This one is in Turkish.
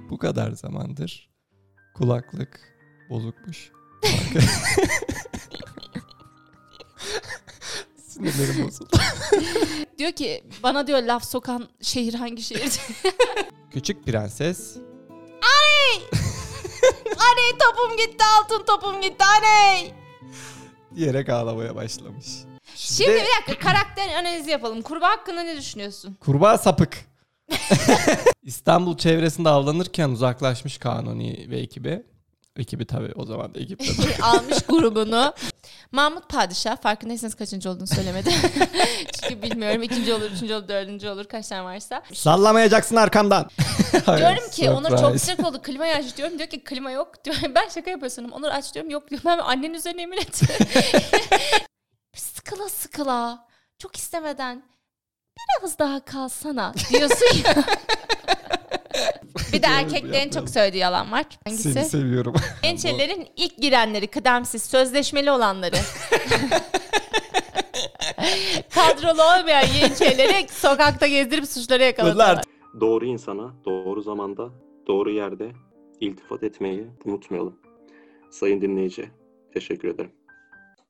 Bu kadar zamandır kulaklık bozukmuş. Sinirlerim bozuldu. Diyor ki bana diyor laf sokan şehir hangi şehir? Küçük Prenses Aney topum gitti, altın topum gitti aney. diyerek ağlamaya başlamış. Şimdi bir dakika, karakter analizi yapalım. Kurbağa hakkında ne düşünüyorsun? Kurbağa sapık. İstanbul çevresinde avlanırken uzaklaşmış Kanuni ve ekibi. Ekibi tabii o zaman da ekip tabii. Almış grubunu. Mahmut Padişah, farkındaysanız kaçıncı olduğunu söylemedi. Çünkü bilmiyorum, 2. olur, 3. olur, 4. olur, kaç tane varsa. Sallamayacaksın arkamdan. Diyorum ki Onur çok sıcak oldu, klimayı aç diyorum. Diyor ki klima yok diyor. Ben şaka yapıyorsun. Onur aç diyorum, yok diyor. Ben annenin üzerine yemin ettim. Sıkıla sıkıla, çok istemeden biraz daha kalsana diyorsun ya. Bir de erkeklerin çok söylediği yalan var. Hangisi? Seni seviyorum. Gençlerin ilk girenleri, kıdemsiz, sözleşmeli olanları. Kadrolu olmayan yeniçerileri sokakta gezdirip suçları yakaladılar. Doğru insana, doğru zamanda, doğru yerde iltifat etmeyi unutmayalım. Sayın dinleyici, teşekkür ederim.